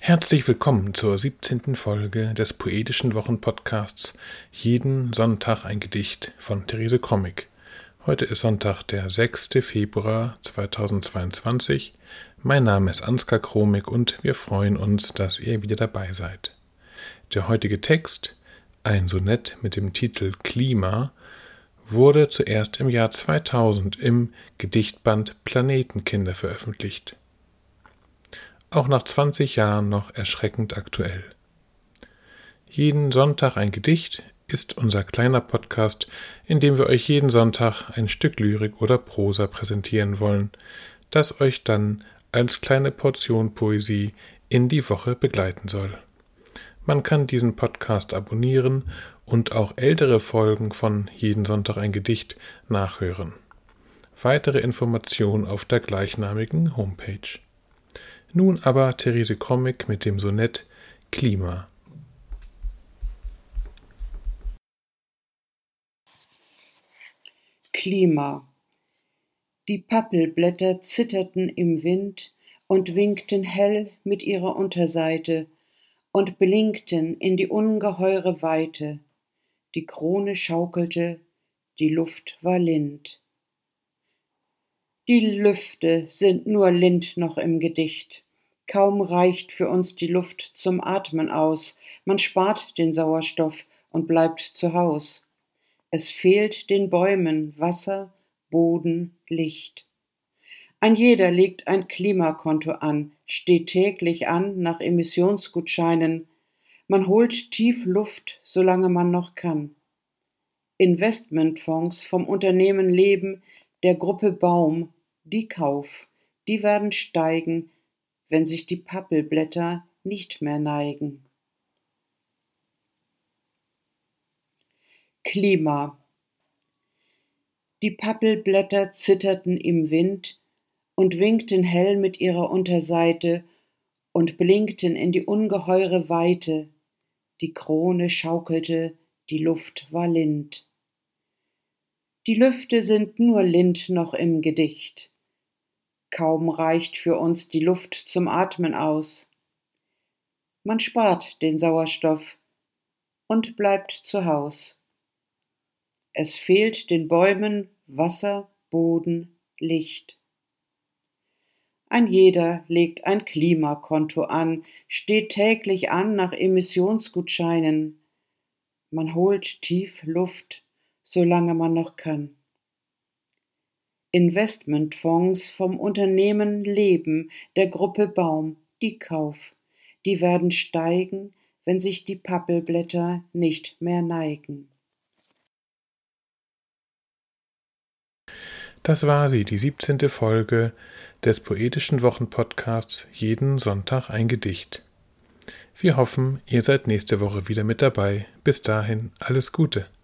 Herzlich willkommen zur 17. Folge des Poetischen Wochenpodcasts Jeden Sonntag ein Gedicht von Therese Krommig. Heute ist Sonntag, der 6. Februar 2022. Mein Name ist Ansgar Krommig und wir freuen uns, dass ihr wieder dabei seid. Der heutige Text, ein Sonett mit dem Titel Klima, wurde zuerst im Jahr 2000 im Gedichtband Planetenkinder veröffentlicht. Auch nach 20 Jahren noch erschreckend aktuell. Jeden Sonntag ein Gedicht ist unser kleiner Podcast, in dem wir euch jeden Sonntag ein Stück Lyrik oder Prosa präsentieren wollen, das euch dann als kleine Portion Poesie in die Woche begleiten soll. Man kann diesen Podcast abonnieren und auch ältere Folgen von Jeden Sonntag ein Gedicht nachhören. Weitere Informationen auf der gleichnamigen Homepage. Nun aber Therese Krommig mit dem Sonett Klima. Klima. Die Pappelblätter zitterten im Wind und winkten hell mit ihrer Unterseite und blinkten in die ungeheure Weite. Die Krone schaukelte, die Luft war lind. Die Lüfte sind nur lind noch im Gedicht. Kaum reicht für uns die Luft zum Atmen aus. Man spart den Sauerstoff und bleibt zu Haus. Es fehlt den Bäumen Wasser, Boden, Licht. Ein jeder legt ein Klimakonto an, steht täglich an nach Emissionsgutscheinen. Man holt tief Luft, solange man noch kann. Investmentfonds vom Unternehmen Leben, der Gruppe Baum, die Kauf, die werden steigen, wenn sich die Pappelblätter nicht mehr neigen. Klima. Die Pappelblätter zitterten im Wind und winkten hell mit ihrer Unterseite und blinkten in die ungeheure Weite. Die Krone schaukelte, die Luft war lind. Die Lüfte sind nur lind noch im Gedicht. Kaum reicht für uns die Luft zum Atmen aus. Man spart den Sauerstoff und bleibt zu Haus. Es fehlt den Bäumen Wasser, Boden, Licht. Ein jeder legt ein Klimakonto an, steht täglich an nach Emissionsgutscheinen. Man holt tief Luft, solange man noch kann. Investmentfonds vom Unternehmen Leben, der Gruppe Baum, die Kauf, die werden steigen, wenn sich die Pappelblätter nicht mehr neigen. Das war sie, die 17. Folge des Poetischen Wochenpodcasts Jeden Sonntag ein Gedicht. Wir hoffen, ihr seid nächste Woche wieder mit dabei. Bis dahin, alles Gute.